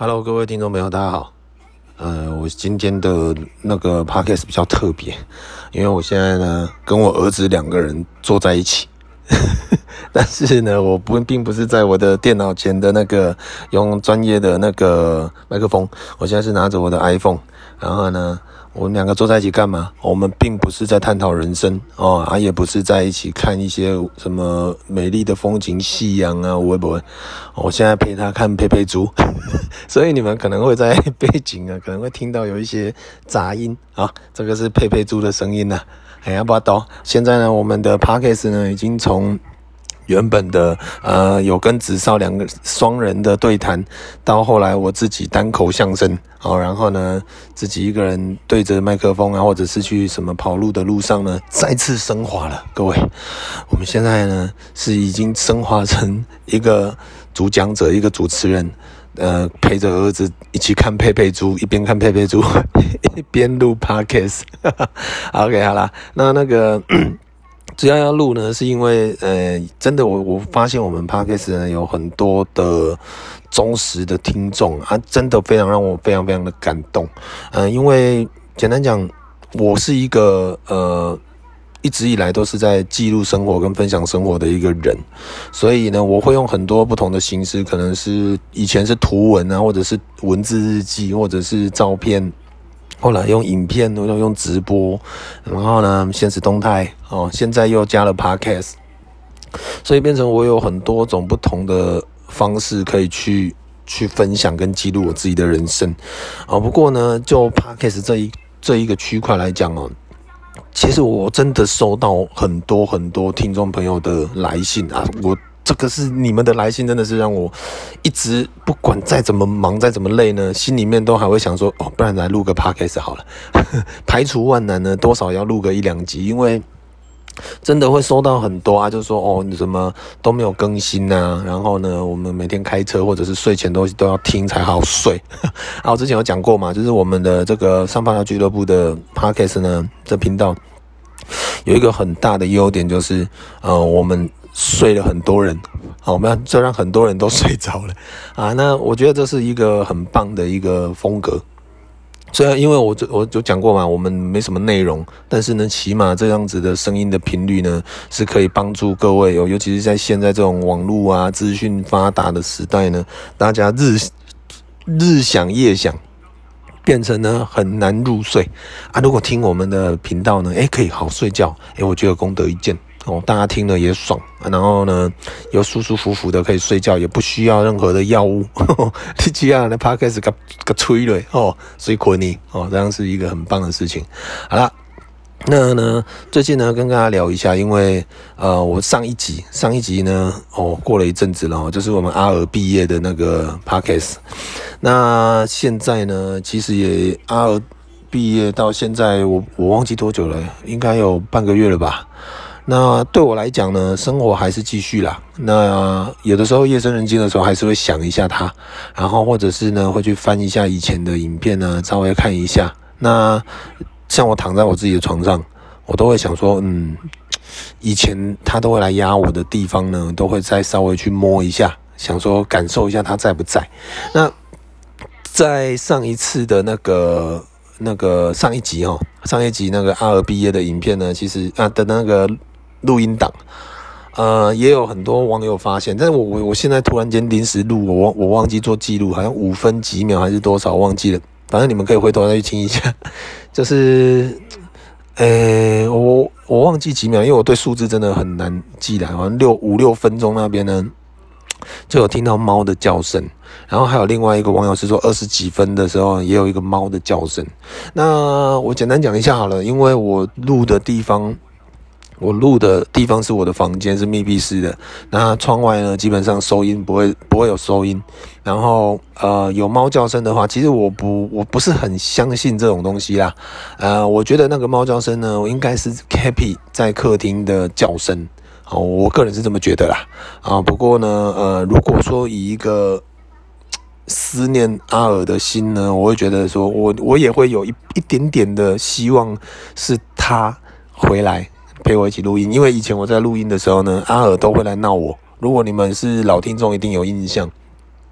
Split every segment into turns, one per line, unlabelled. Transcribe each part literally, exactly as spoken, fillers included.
Hello， 各位听众朋友，大家好。呃，我今天的那个 podcast 比较特别，因为我现在呢跟我儿子两个人坐在一起，但是呢，我不并不是在我的电脑前的那个用专业的那个麦克风，我现在是拿着我的 iPhone， 然后呢。我们两个坐在一起干嘛？我们并不是在探讨人生哦，啊，也不是在一起看一些什么美丽的风景、夕阳啊，会不会？我现在陪他看佩佩猪，所以你们可能会在背景啊，可能会听到有一些杂音啊，这个是佩佩猪的声音呐、啊。哎呀，不懂。现在呢，我们的 podcast 呢，已经从原本的呃有跟子少两个双人的对谈，到后来我自己单口相声，好、哦，然后呢自己一个人对着麦克风啊，或者是去什么跑路的路上呢，再次升华了。各位，我们现在呢是已经升华成一个主讲者，一个主持人，呃，陪着儿子一起看佩佩猪，一边看佩佩猪一边录 podcast。OK， 好啦，那那个。主要要录呢，是因为呃，真的我我发现我们 Podcast 呢有很多的忠实的听众啊，真的非常让我非常非常的感动。呃，因为简单讲，我是一个呃一直以来都是在记录生活跟分享生活的一个人，所以呢，我会用很多不同的形式，可能是以前是图文啊，或者是文字日记，或者是照片。后来用影片，又用直播，然后呢，限时动态哦，现在又加了 podcast， 所以变成我有很多种不同的方式可以去去分享跟记录我自己的人生哦。不过呢，就 podcast 这一这一个区块来讲哦，其实我真的收到很多很多听众朋友的来信啊，我。这个是你们的来信，真的是让我一直不管再怎么忙再怎么累呢，心里面都还会想说，哦，不然来录个 podcast 好了。排除万难呢，多少要录个一两集，因为真的会收到很多啊，就说哦，你什么都没有更新啊，然后呢，我们每天开车或者是睡前都都要听才好睡。啊，我之前有讲过嘛，就是我们的这个上发条俱乐部的 podcast 呢，这频道有一个很大的优点，就是呃，我们睡了很多人，好，我们要就让很多人都睡着了啊。那我觉得这是一个很棒的一个风格。虽然因为我就我就讲过嘛，我们没什么内容，但是呢，起码这样子的声音的频率呢，是可以帮助各位哦，尤其是在现在这种网络啊、资讯发达的时代呢，大家日日想夜想。变成呢很难入睡啊！如果听我们的频道呢，诶，可以好睡觉，诶，我觉得功德一件哦，大家听了也爽，啊、然后呢又舒舒服服的可以睡觉，也不需要任何的药物。你只要来 podcast 给给吹了哦，睡困你哦，这样是一个很棒的事情。好啦。那呢，最近呢，跟大家聊一下，因为呃，我上一集上一集呢，哦，过了一阵子了哦，就是我们阿尔毕业的那个 podcast。那现在呢，其实也阿尔毕业到现在我，我我忘记多久了，应该有半个月了吧。那对我来讲呢，生活还是继续啦。那有的时候夜深人静的时候，还是会想一下它，然后或者是呢，会去翻一下以前的影片呢，稍微看一下。那像我躺在我自己的床上，我都会想说，嗯，以前他都会来压我的地方呢，都会再稍微去摸一下，想说感受一下他在不在。那在上一次的那个那个上一集哦，上一集那个阿尔毕业的影片呢，其实啊的那个录音档，呃，也有很多网友发现，但是我我我现在突然间临时录，我我忘记做记录，好像五分几秒还是多少，忘记了。反正你们可以回头再去听一下，就是，呃，我我忘记几秒，因为我对数字真的很难记来，好像六五六分钟那边呢，就有听到猫的叫声，然后还有另外一个网友是说二十几分的时候也有一个猫的叫声。那我简单讲一下好了，因为我录的地方。我录的地方是我的房间，是密闭式的。那窗外呢，基本上收音不会不会有收音。然后呃，有猫叫声的话，其实我不我不是很相信这种东西啦。呃，我觉得那个猫叫声呢，应该是 Happy 在客厅的叫声。好，我个人是这么觉得啦。啊，不过呢，呃，如果说以一个思念阿尔的心呢，我会觉得说我我也会有一一点点的希望是他回来。陪我一起录音，因为以前我在录音的时候呢，阿尔都会来闹我。如果你们是老听众，一定有印象。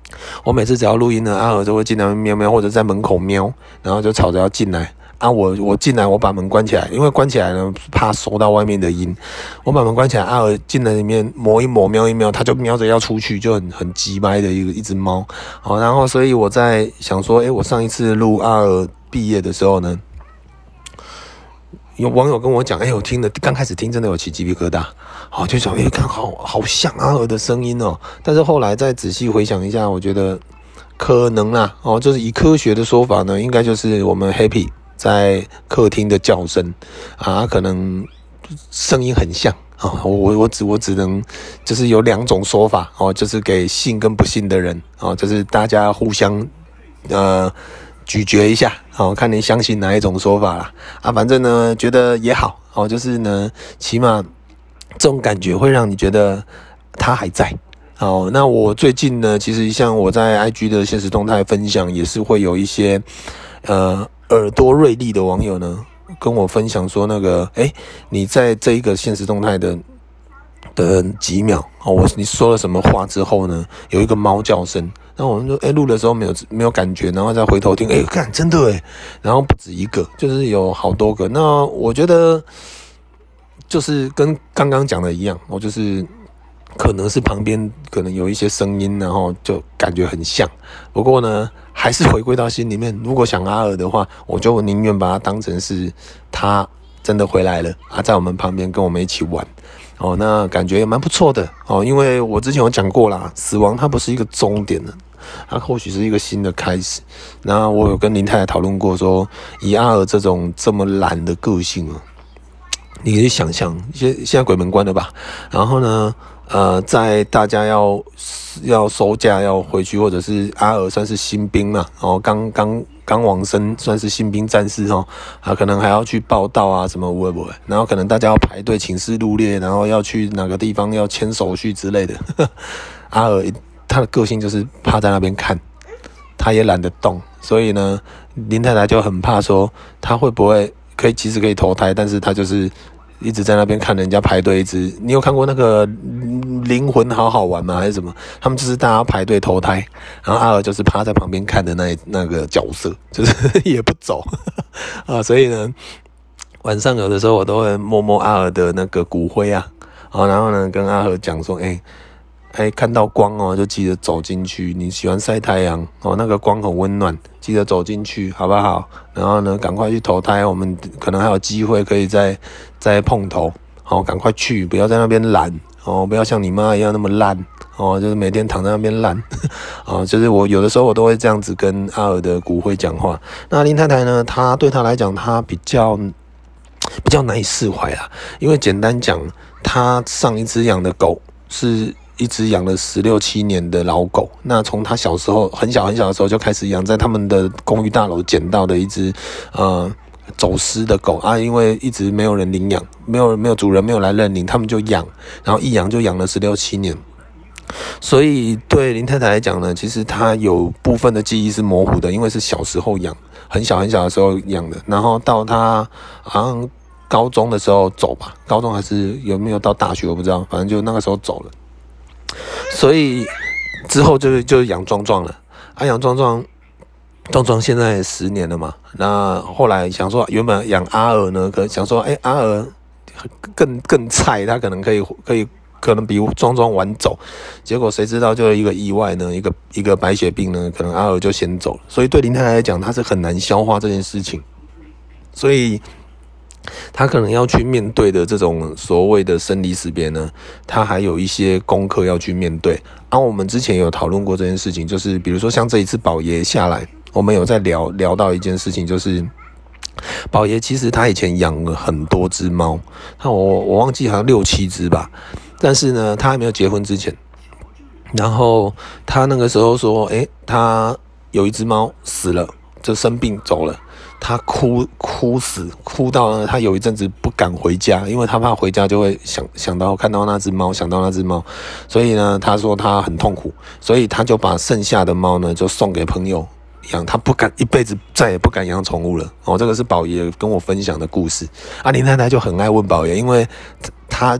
我每次只要录音呢，阿娥就会进来喵喵，或者在门口喵，然后就吵着要进来。啊，我我进来，我把门关起来，因为关起来呢，怕收到外面的音。我把门关起来，阿娥进来里面摸一摸，瞄一瞄，它就瞄着要出去，就很很急掰的一个一只猫。好，然后所以我在想说，诶，我上一次录阿娥毕业的时候呢，有网友跟我讲，哎、欸，我听了刚开始听真的有起鸡皮疙瘩，好就想，哎、欸，看好好像阿娥的声音哦。但是后来再仔细回想一下，我觉得可能啦，哦，就是以科学的说法呢，应该就是我们 Happy 在客厅的叫声啊，可能声音很像啊、哦。我我只我只能就是有两种说法哦，就是给信跟不信的人哦，就是大家互相呃。咀嚼一下，好、哦，看你相信哪一种说法啦。啊，反正呢，觉得也好，哦，就是呢，起码这种感觉会让你觉得他还在。好、哦，那我最近呢，其实像我在 I G 的限时动态分享，也是会有一些呃耳朵锐利的网友呢跟我分享说，那个，哎，你在这一个限时动态的的几秒，哦，我你说了什么话之后呢，有一个猫叫声。然后我们说，哎，录的时候没有没有感觉，然后再回头听，哎，看真的哎，然后不止一个，就是有好多个。那我觉得就是跟刚刚讲的一样，我就是可能是旁边可能有一些声音，然后就感觉很像。不过呢，还是回归到心里面，如果想阿娥的话，我就宁愿把它当成是他真的回来了啊，在我们旁边跟我们一起玩。哦，那感觉也蛮不错的哦，因为我之前有讲过啦，死亡它不是一个终点的，它或许是一个新的开始。那我有跟林太太讨论过说，以阿娥这种这么懒的个性啊，你可以想象，现现在鬼门关了吧？然后呢，呃，在大家要要收假要回去，或者是阿娥算是新兵嘛，哦，刚刚。刚往生算是新兵战士哦，啊，可能还要去报到啊，什么会不会？然后可能大家要排队请示入列，然后要去哪个地方要签手续之类的。阿娥他的个性就是趴在那边看，他也懒得动，所以呢，林太太就很怕说他会不会可以，其实可以投胎，但是他就是一直在那边看人家排队。一直，你有看过那个灵魂好好玩吗？还是什么？他们就是大家排队投胎，然后阿娥就是趴在旁边看的那那个角色，就是也不走啊。所以呢，晚上有的时候我都会摸摸阿娥的那个骨灰啊，啊，然后呢跟阿娥讲说，哎、欸。哎，看到光哦，就记得走进去。你喜欢晒太阳哦，那个光很温暖，记得走进去，好不好？然后呢，赶快去投胎，我们可能还有机会可以再再碰头。哦，赶快去，不要在那边懒哦，不要像你妈一样那么烂哦，就是每天躺在那边烂哦。就是我有的时候我都会这样子跟阿娥的骨灰讲话。那林太太呢，她对她来讲，她比较比较难以释怀啦，因为简单讲，她上一只养的狗是。一只养了十六七年的老狗，那从他小时候很小很小的时候就开始养，在他们的公寓大楼捡到的一只呃走失的狗啊，因为一直没有人领养，没有没有主人没有来认领，他们就养，然后一养就养了十六七年。所以对林太太来讲呢，其实她有部分的记忆是模糊的，因为是小时候养，很小很小的时候养的，然后到她好像高中的时候走吧，高中还是有没有到大学我不知道，反正就那个时候走了。所以之后就就养壮壮了，啊，养壮壮，壮壮现在十年了嘛。那后来想说，原本养阿娥呢，可想说，哎、欸，阿娥更更菜，他可能可以可以可能比壮壮晚走。结果谁知道就一个意外呢，一个一个白血病呢，可能阿娥就先走了。所以对林太太来讲，她是很难消化这件事情，所以。他可能要去面对的这种所谓的生离死别呢，他还有一些功课要去面对。啊，我们之前有讨论过这件事情，就是比如说像这一次宝爷下来，我们有在聊聊到一件事情，就是宝爷其实他以前养了很多只猫，那我我忘记好像六七只吧，但是呢，他还没有结婚之前，然后他那个时候说，诶，他有一只猫死了，就生病走了。他哭哭死，哭到呢，他有一阵子不敢回家，因为他怕回家就会想想到看到那只猫，想到那只猫，所以呢，他说他很痛苦，所以他就把剩下的猫呢就送给朋友养，他不敢一辈子再也不敢养宠物了。哦，这个是宝爷跟我分享的故事。啊，林太太就很爱问宝爷，因为他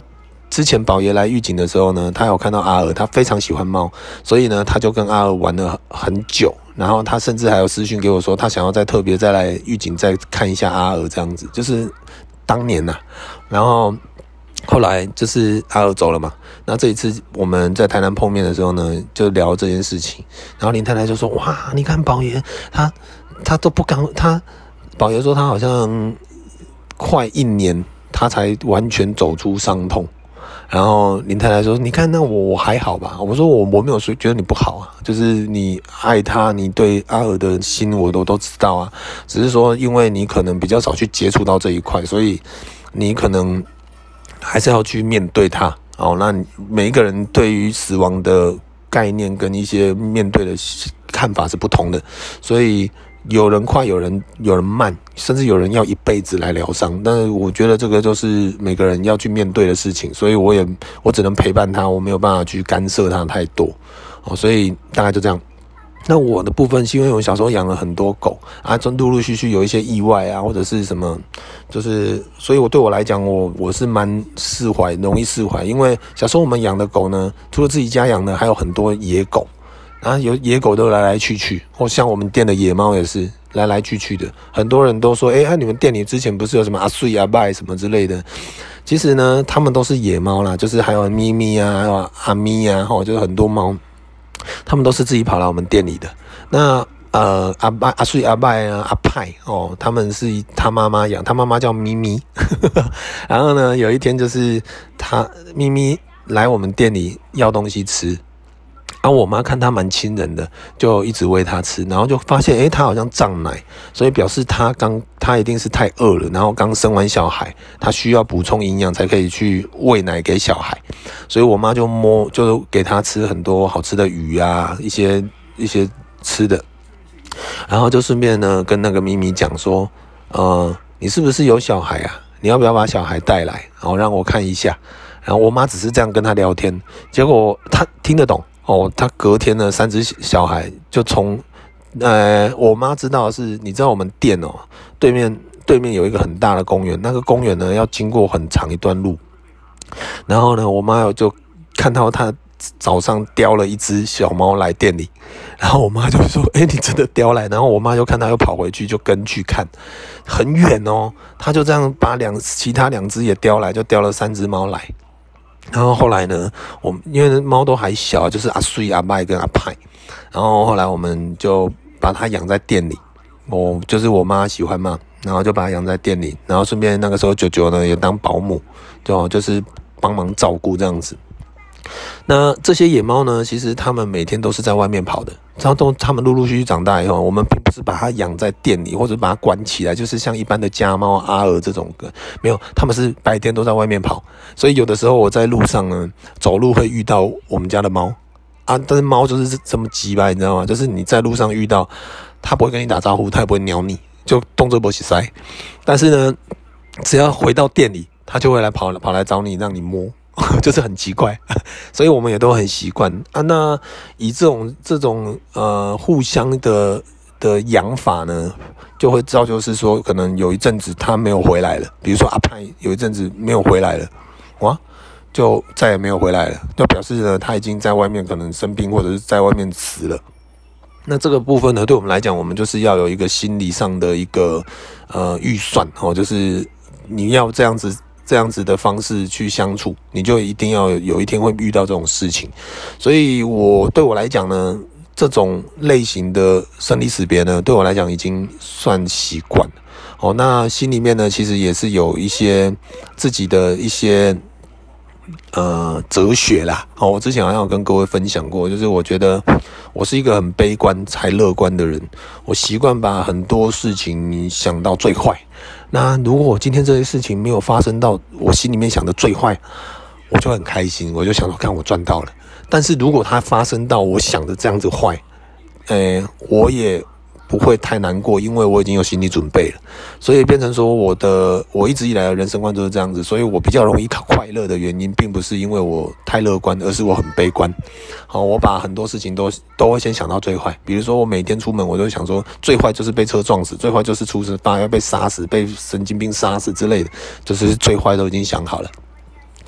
之前宝爷来预警的时候呢，他有看到阿尔，他非常喜欢猫，所以呢，他就跟阿尔玩了很久。然后他甚至还有私讯给我说，他想要再特别再来预警再看一下阿尔这样子，就是当年呐、啊。然后后来就是阿尔走了嘛，那这一次我们在台南碰面的时候呢，就聊这件事情。然后林太太就说：“哇，你看宝爷他他都不敢，他宝爷说他好像快一年他才完全走出伤痛。”然后林太太说：“你看，那我我还好吧？”我说我：“我我没有说觉得你不好啊，就是你爱他，你对阿尔的心我都都知道啊。只是说，因为你可能比较少去接触到这一块，所以你可能还是要去面对他。哦，那每一个人对于死亡的概念跟一些面对的看法是不同的，所以。”有人快，有人有人慢，甚至有人要一辈子来疗伤。但是我觉得这个就是每个人要去面对的事情，所以我也我只能陪伴他，我没有办法去干涉他太多。哦，所以大概就这样。那我的部分是因为我小时候养了很多狗啊，就陆陆续续有一些意外啊，或者是什么，就是所以我对我来讲，我我是蛮释怀，容易释怀。因为小时候我们养的狗呢，除了自己家养的，还有很多野狗。啊，有野狗都来来去去，或像我们店的野猫也是来来去去的。很多人都说，哎、欸，啊，你们店里之前不是有什么阿水阿拜什么之类的？其实呢，他们都是野猫啦，就是还有咪咪啊，还有阿咪啊，吼，就是很多猫，他们都是自己跑来我们店里的。那呃，阿拜阿水阿拜啊，阿派哦，他们是他妈妈养，他妈妈叫咪咪。然后呢，有一天就是他咪咪来我们店里要东西吃。啊，我妈看他蛮亲人的，就一直喂他吃，然后就发现，诶，他好像胀奶，所以表示他刚他一定是太饿了，然后刚生完小孩，他需要补充营养才可以去喂奶给小孩，所以我妈就摸，就给他吃很多好吃的鱼啊，一些一些吃的，然后就顺便呢跟那个咪咪讲说，呃，你是不是有小孩啊？你要不要把小孩带来，然后让我看一下？然后我妈只是这样跟他聊天，结果他听得懂。哦，他隔天呢，三只小孩就从，呃，我妈知道的是，你知道我们店哦，对面对面有一个很大的公园，那个公园呢要经过很长一段路，然后呢，我妈就看到他早上叼了一只小猫来店里，然后我妈就说：“哎、欸，你真的叼来？”然后我妈就看他又跑回去，就跟去看，很远哦，他就这样把两其他两只也叼来，就叼了三只猫来。然后后来呢，我们因为猫都还小，就是阿水、阿麦跟阿派，然后后来我们就把它养在店里，我就是我妈喜欢嘛，然后就把它养在店里，然后顺便那个时候九九呢也当保姆，就就是帮忙照顾这样子。那这些野猫呢，其实它们每天都是在外面跑的，然后都它们陆陆续续长大以后，我们并不是把它养在店里或者把它关起来，就是像一般的家猫、阿尔这种的，没有，它们是白天都在外面跑，所以有的时候我在路上呢走路会遇到我们家的猫啊，但是猫就是这么急吧，你知道吗？就是你在路上遇到，它不会跟你打招呼，它也不会鸟你，就动作不起塞，但是呢，只要回到店里，它就会来跑跑来找你，让你摸。就是很奇怪，所以我们也都很习惯啊。那以这种这种呃互相的的养法呢，就会造就是说，可能有一阵子他没有回来了，比如说阿派有一阵子没有回来了，哇，就再也没有回来了，就表示呢他已经在外面可能生病或者是在外面死了。那这个部分呢，对我们来讲，我们就是要有一个心理上的一个呃预算哦，就是你要这样子。这样子的方式去相处，你就一定要有一天会遇到这种事情。所以我对我来讲呢，这种类型的生离死别呢，对我来讲已经算习惯了。哦，那心里面呢，其实也是有一些自己的一些呃哲学啦。哦，我之前好像有跟各位分享过，就是我觉得我是一个很悲观才乐观的人，我习惯把很多事情想到最坏。那如果我今天这些事情没有发生到我心里面想的最坏，我就很开心，我就想说，看我赚到了。但是如果它发生到我想的这样子坏，呃，我也不会太难过，因为我已经有心理准备了。所以变成说，我的我一直以来的人生观都是这样子，所以我比较容易快乐的原因，并不是因为我太乐观，而是我很悲观。好，我把很多事情都都会先想到最坏，比如说我每天出门，我都想说，最坏就是被车撞死，最坏就是出事发要被杀死，被神经病杀死之类的，就是最坏都已经想好了。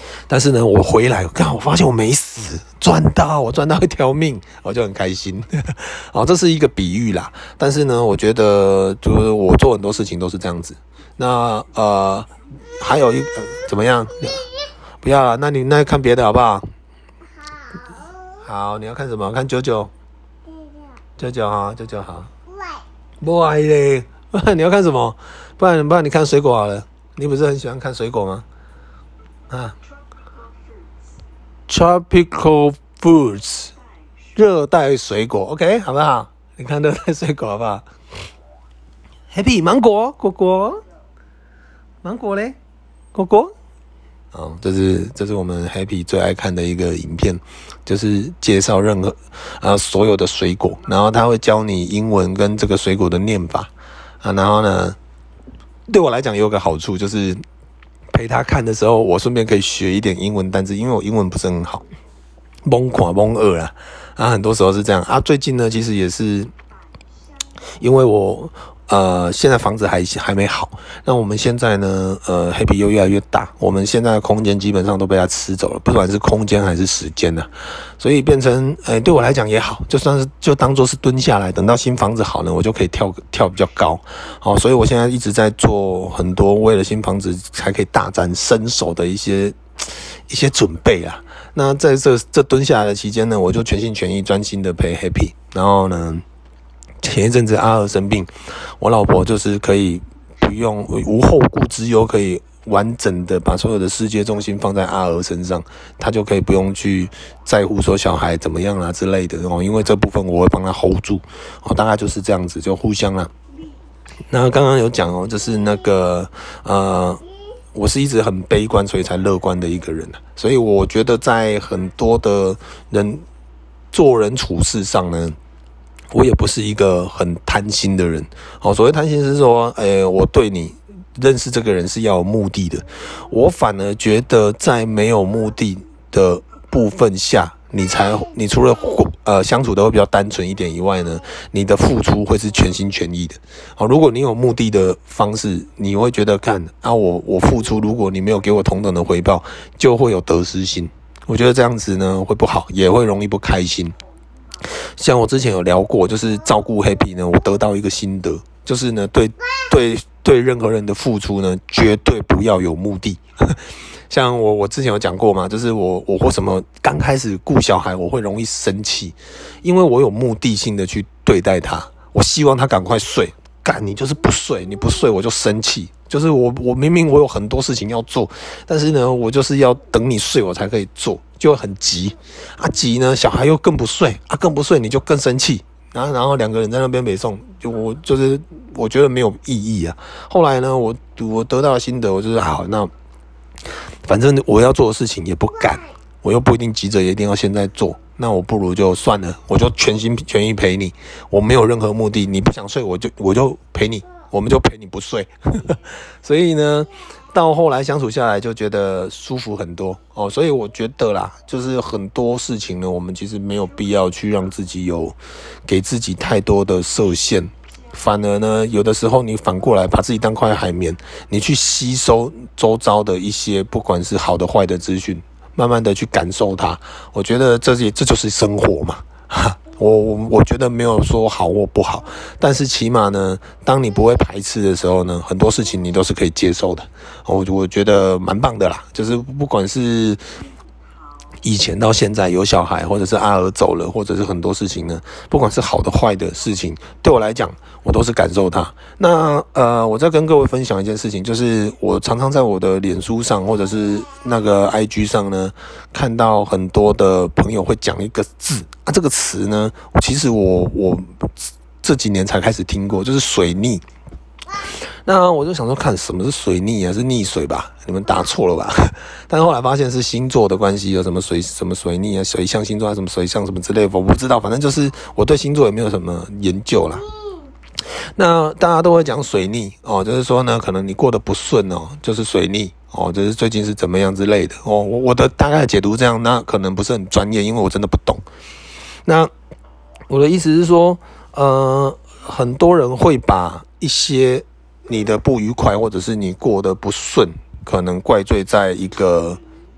但是呢，我回来，看我发现我没死，赚到，我赚到一条命，我就很开心。好，这是一个比喻啦。但是呢，我觉得就是我做很多事情都是这样子。那呃，还有一个、呃、怎么样？不要了，那你那看别的好不好？好，你要看什么？看九九，九九哈，九九好。不爱嘞，你要看什么？不然不然你看水果好了。你不是很喜欢看水果吗？啊 ，Tropical fruits， 热带水果 ，OK， 好不好？你看热带水果好不好 ？Happy 芒果，果果，芒果嘞，果果。哦，这是这是我们 Happy 最爱看的一个影片，就是介绍任何啊所有的水果，然后他会教你英文跟这个水果的念法啊，然后呢，对我来讲有个好处就是陪他看的时候，我顺便可以学一点英文单字，因为我英文不是很好，蒙垮蒙二啦，啊，很多时候是这样啊。最近呢，其实也是因为我。呃，现在房子还还没好，那我们现在呢，呃 ，Happy 又越来越大，我们现在的空间基本上都被它吃走了，不管是空间还是时间呢、啊，所以变成，呃，对我来讲也好，就算是就当做是蹲下来，等到新房子好呢，我就可以跳跳比较高，好，所以我现在一直在做很多为了新房子才可以大展身手的一些一些准备啊。那在这这蹲下来的期间呢，我就全心全意专心的陪 Happy， 然后呢。前一阵子阿尔生病，我老婆就是可以不用无后顾之忧，可以完整的把所有的世界重心放在阿尔身上，她就可以不用去在乎说小孩怎么样啦之类的哦，因为这部分我会帮她 hold 住哦，大概就是这样子，就互相啦。那刚刚有讲哦，就是那个呃，我是一直很悲观，所以才乐观的一个人啊，所以我觉得在很多的人做人处事上呢。我也不是一个很贪心的人，哦，所谓贪心是说，诶，我对你认识这个人是要有目的的。我反而觉得在没有目的的部分下，你才你除了呃相处的会比较单纯一点以外呢，你的付出会是全心全意的。好，如果你有目的的方式，你会觉得看啊，我我付出，如果你没有给我同等的回报，就会有得失心。我觉得这样子呢会不好，也会容易不开心。像我之前有聊过，就是照顾 Happy 呢，我得到一个心得，就是呢，对对对任何人的付出呢，绝对不要有目的。像我我之前有讲过嘛，就是我我为什么刚开始顾小孩我会容易生气，因为我有目的性的去对待他，我希望他赶快睡，干你就是不睡，你不睡我就生气。就是我，我明明我有很多事情要做，但是呢，我就是要等你睡我才可以做，就很急啊！急呢，小孩又更不睡啊，更不睡你就更生气，然后然后两个人在那边北宋，就我就是我觉得没有意义啊。后来呢，我我得到的心得，我就是好，那反正我要做的事情也不赶，我又不一定急着一定要现在做，那我不如就算了，我就全心全意陪你，我没有任何目的，你不想睡我就我就陪你。我们就陪你不睡，所以呢，到后来相处下来就觉得舒服很多哦。所以我觉得啦，就是很多事情呢，我们其实没有必要去让自己有给自己太多的设限，反而呢，有的时候你反过来把自己当块海绵，你去吸收周遭的一些不管是好的坏的资讯，慢慢的去感受它。我觉得这这就是生活嘛。我我我觉得没有说好或不好，但是起码呢，当你不会排斥的时候呢，很多事情你都是可以接受的。我我觉得蛮棒的啦，就是不管是以前到现在有小孩，或者是阿尔走了，或者是很多事情呢，不管是好的坏的事情，对我来讲，我都是感受它。那呃，我再跟各位分享一件事情，就是我常常在我的脸书上或者是那个 I G 上呢，看到很多的朋友会讲一个字啊，这个词呢，其实我我这几年才开始听过，就是水逆。那我就想说，看什么是水逆啊？是溺水吧？你们打错了吧？但是后来发现是星座的关系，有什么水什么水逆啊、水象星座啊、什么水象什么之类的，我不知道。反正就是我对星座也没有什么研究啦。那大家都会讲水逆哦，就是说呢，可能你过得不顺哦，就是水逆哦，就是最近是怎么样之类的哦。我我的大概的解读这样，那可能不是很专业，因为我真的不懂。那我的意思是说，呃，很多人会把一些你的不愉快，或者是你过得不顺，可能怪罪在一个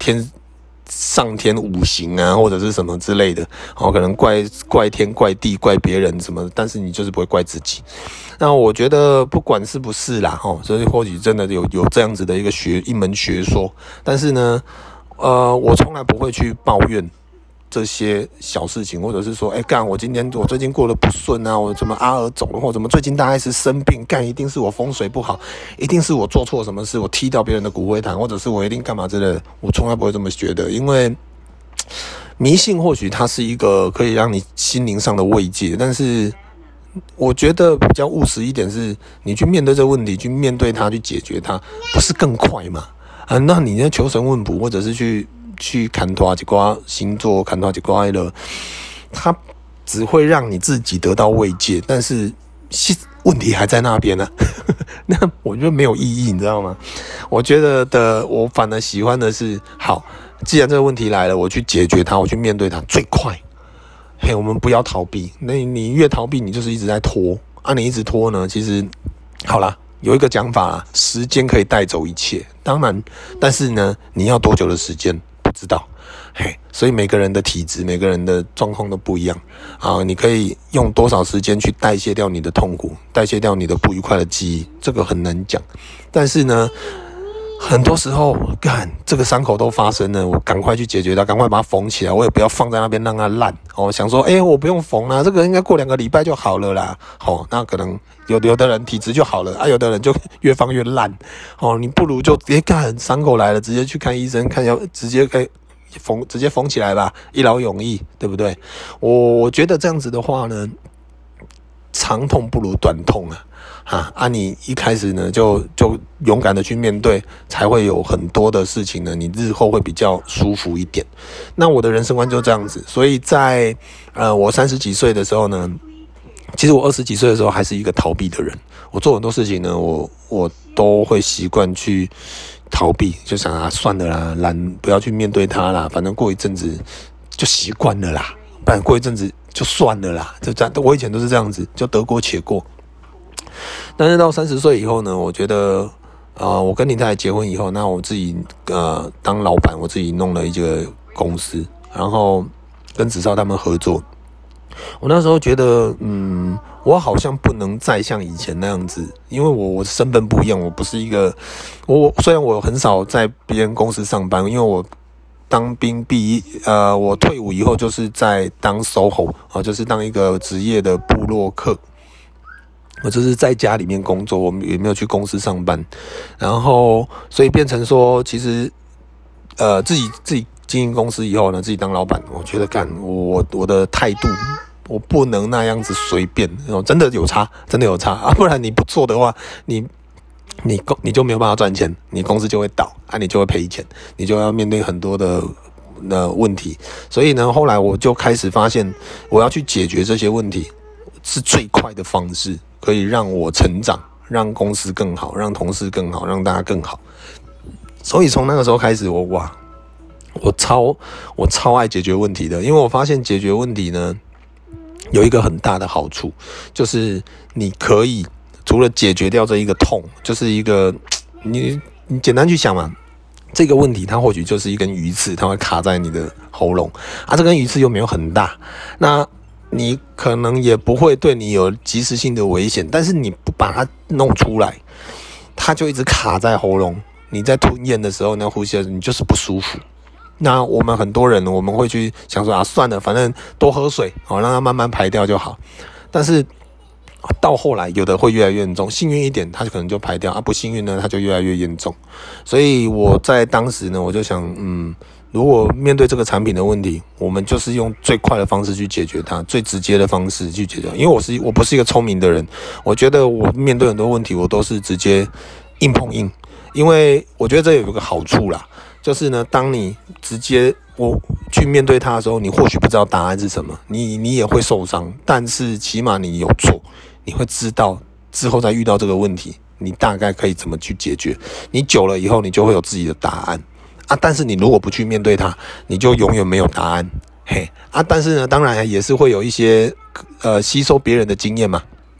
天上天五行啊，或者是什么之类的，哦，可能怪怪天怪地怪别人什么，但是你就是不会怪自己。那我觉得不管是不是啦，哦，所以或许真的有有这样子的一个学一门学说，但是呢，呃，我从来不会去抱怨这些小事情，或者是说，哎、欸，干，我今天我最近过得不顺啊，我怎么阿尔肿了，或怎么最近大概是生病，干，一定是我风水不好，一定是我做错什么事，我踢掉别人的骨灰坛，或者是我一定干嘛之类的，我从来不会这么觉得，因为迷信或许它是一个可以让你心灵上的慰藉，但是我觉得比较务实一点是，你去面对这个问题，去面对它，去解决它，不是更快吗？啊，那你要求神问卜，或者是去。去看拖几卦星座，看拖几卦了，它只会让你自己得到慰藉，但是问题还在那边呢、啊。那我觉得没有意义，你知道吗？我觉得的，我反而喜欢的是，好，既然这个问题来了，我去解决它，我去面对它，最快。嘿，我们不要逃避，那你越逃避，你就是一直在拖啊，你一直拖呢，其实好啦。有一个讲法啦，时间可以带走一切，当然，但是呢，你要多久的时间？不知道，嘿，所以每个人的体质、每个人的状况都不一样啊。你可以用多少时间去代谢掉你的痛苦，代谢掉你的不愉快的记忆，这个很难讲。但是呢，很多时候，干这个伤口都发生了，我赶快去解决它，赶快把它缝起来，我也不要放在那边让它烂。哦，想说，哎、欸，我不用缝啦，这个应该过两个礼拜就好了啦。哦，那可能有有的人体质就好了啊，有的人就越放越烂。哦，你不如就直接干伤口来了，直接去看医生，看要直接可以缝，直接缝起来吧，一劳永逸，对不对？我我觉得这样子的话呢，长痛不如短痛啊。啊，啊你一开始呢，就就勇敢的去面对，才会有很多的事情呢，你日后会比较舒服一点。那我的人生观就这样子，所以在呃我三十几岁的时候呢，其实我二十几岁的时候还是一个逃避的人。我做很多事情呢，我我都会习惯去逃避，就想啊算了啦，懒不要去面对它啦，反正过一阵子就习惯了啦，不然过一阵子就算了啦，就这样。我以前都是这样子，就得过且过。但是到三十岁以后呢，我觉得，呃，我跟林太太结婚以后，那我自己呃当老板，我自己弄了一个公司，然后跟子少他们合作。我那时候觉得，嗯，我好像不能再像以前那样子，因为我我身份不一样，我不是一个，我虽然我很少在别人公司上班，因为我当兵毕业，呃，我退伍以后就是在当 S O H O 啊，就是当一个职业的部落客。我就是在家里面工作，我们也没有去公司上班，然后所以变成说，其实呃自己自己经营公司以后呢，自己当老板，我觉得干我我的态度，我不能那样子随便，真的有差，真的有差啊！不然你不做的话，你你你就没有办法赚钱，你公司就会倒啊，你就会赔钱，你就要面对很多的的问题。所以呢，后来我就开始发现，我要去解决这些问题是最快的方式。可以让我成长，让公司更好，让同事更好，让大家更好。所以从那个时候开始，我哇，我超我超爱解决问题的，因为我发现解决问题呢，有一个很大的好处，就是你可以除了解决掉这一个痛，就是一个你你简单去想嘛，这个问题它或许就是一根鱼刺，它会卡在你的喉咙啊，这根鱼刺又没有很大，那你可能也不会对你有及时性的危险，但是你不把它弄出来，它就一直卡在喉咙。你在吞咽的时候，那呼吸的时候，你就是不舒服。那我们很多人，我们会去想说啊，算了，反正多喝水，好让它慢慢排掉就好。但是到后来，有的会越来越严重，幸运一点，它可能就排掉啊；不幸运呢，它就越来越严重。所以我在当时呢，我就想，嗯。如果面对这个产品的问题，我们就是用最快的方式去解决它，最直接的方式去解决。因为我是我不是一个聪明的人，我觉得我面对很多问题，我都是直接硬碰硬。因为我觉得这有一个好处啦，就是呢，当你直接我去面对它的时候，你或许不知道答案是什么，你你也会受伤，但是起码你有做，你会知道之后再遇到这个问题，你大概可以怎么去解决。你久了以后，你就会有自己的答案。啊，但是你如果不去面对它，你就永远没有答案。嘿，啊，但是呢，当然也是会有一些呃吸收别人的经验嘛。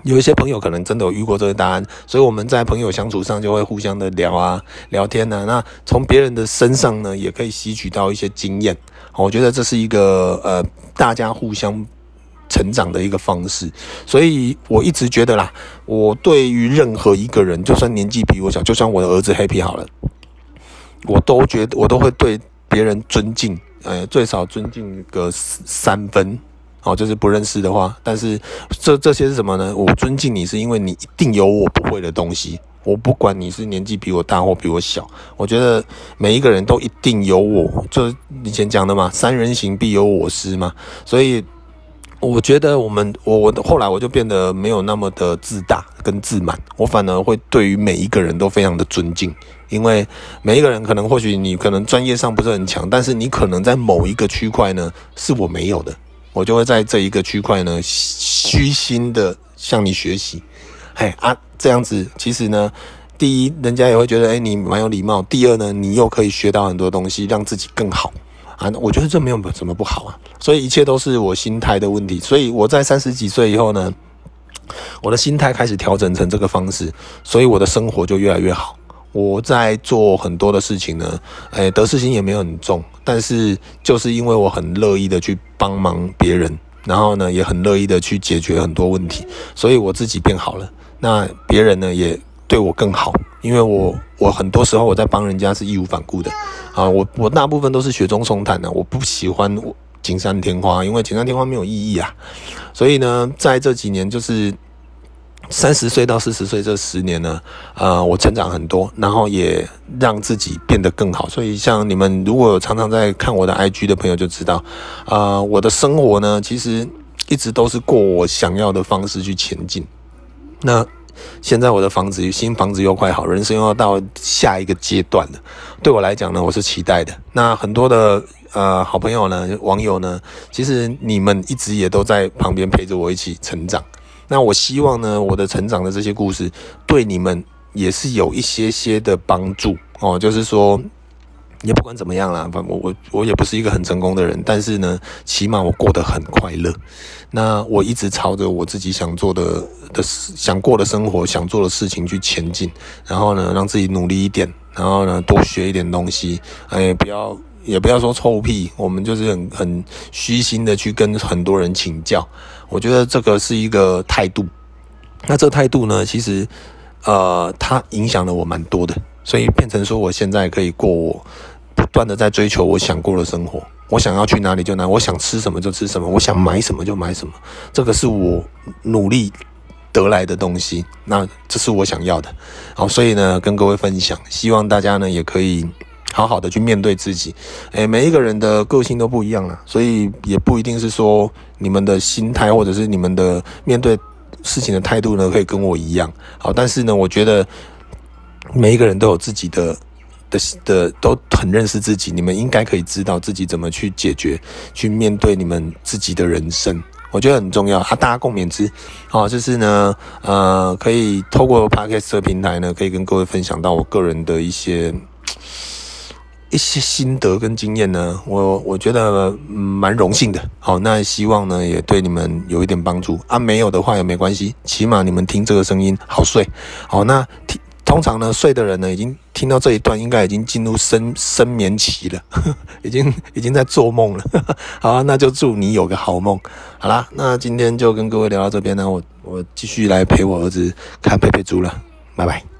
有一些朋友可能真的有遇过这个答案，所以我们在朋友相处上就会互相的聊啊、聊天啊。那从别人的身上呢，也可以吸取到一些经验。我觉得这是一个呃大家互相成长的一个方式。所以我一直觉得啦，我对于任何一个人，就算年纪比我小，就算我的儿子 Happy 好了，我都觉得我都会对别人尊敬，呃，最少尊敬个三分。哦，就是不认识的话，但是这这些是什么呢？我尊敬你是因为你一定有我不会的东西，我不管你是年纪比我大或比我小，我觉得每一个人都一定有我，就以前讲的嘛，三人行必有我师嘛，所以我觉得我们我我后来我就变得没有那么的自大跟自满，我反而会对于每一个人都非常的尊敬，因为每一个人可能或许你可能专业上不是很强，但是你可能在某一个区块呢是我没有的。我就会在这一个区块呢，虚心的向你学习，嘿啊，这样子其实呢，第一，人家也会觉得，哎，你蛮有礼貌；第二呢，你又可以学到很多东西，让自己更好啊。我觉得这没有什么不好啊，所以一切都是我心态的问题。所以我在三十几岁以后呢，我的心态开始调整成这个方式，所以我的生活就越来越好。我在做很多的事情呢，诶，得失心也没有很重，但是就是因为我很乐意的去帮忙别人，然后呢，也很乐意的去解决很多问题，所以我自己变好了。那别人呢，也对我更好，因为我我很多时候我在帮人家是义无反顾的啊，我我大部分都是雪中送炭的，我不喜欢锦上添花，因为锦上添花没有意义啊。所以呢，在这几年就是三十岁到四十岁这十年呢，呃，我成长很多，然后也让自己变得更好。所以像你们如果有常常在看我的 I G 的朋友就知道，呃，我的生活呢，其实一直都是过我想要的方式去前进。那现在我的房子新房子又快好，人生又要到下一个阶段了。对我来讲呢，我是期待的。那很多的呃好朋友呢，网友呢，其实你们一直也都在旁边陪着我一起成长。那我希望呢，我的成长的这些故事对你们也是有一些些的帮助哦。就是说，也不管怎么样啦，反正我我我也不是一个很成功的人，但是呢，起码我过得很快乐。那我一直朝着我自己想做的的想过的生活、想做的事情去前进，然后呢，让自己努力一点，然后呢，多学一点东西，哎，不要。也不要说臭屁，我们就是很很虚心的去跟很多人请教，我觉得这个是一个态度。那这个态度呢，其实呃，它影响了我蛮多的，所以变成说我现在可以过我不断的在追求我想过的生活，我想要去哪里就哪里，我想吃什么就吃什么，我想买什么就买什么，这个是我努力得来的东西，那这是我想要的。好，所以呢，跟各位分享，希望大家呢也可以好好的去面对自己，诶，每一个人的个性都不一样啦，所以也不一定是说你们的心态或者是你们的面对事情的态度呢可以跟我一样。好，但是呢，我觉得每一个人都有自己的的的都很认识自己，你们应该可以知道自己怎么去解决，去面对你们自己的人生。我觉得很重要啊，大家共勉之。好，就是呢，呃，可以透过 Podcast 的平台呢，可以跟各位分享到我个人的一些。一些心得跟经验呢，我我觉得蛮、嗯、荣幸的。好，那希望呢也对你们有一点帮助啊。没有的话也没关系，起码你们听这个声音好睡。好，那通常呢睡的人呢，已经听到这一段，应该已经进入深深眠期了，呵呵已经已经在做梦了。呵呵好、啊，那就祝你有个好梦。好啦，那今天就跟各位聊到这边呢，我我继续来陪我儿子看佩佩猪了，拜拜。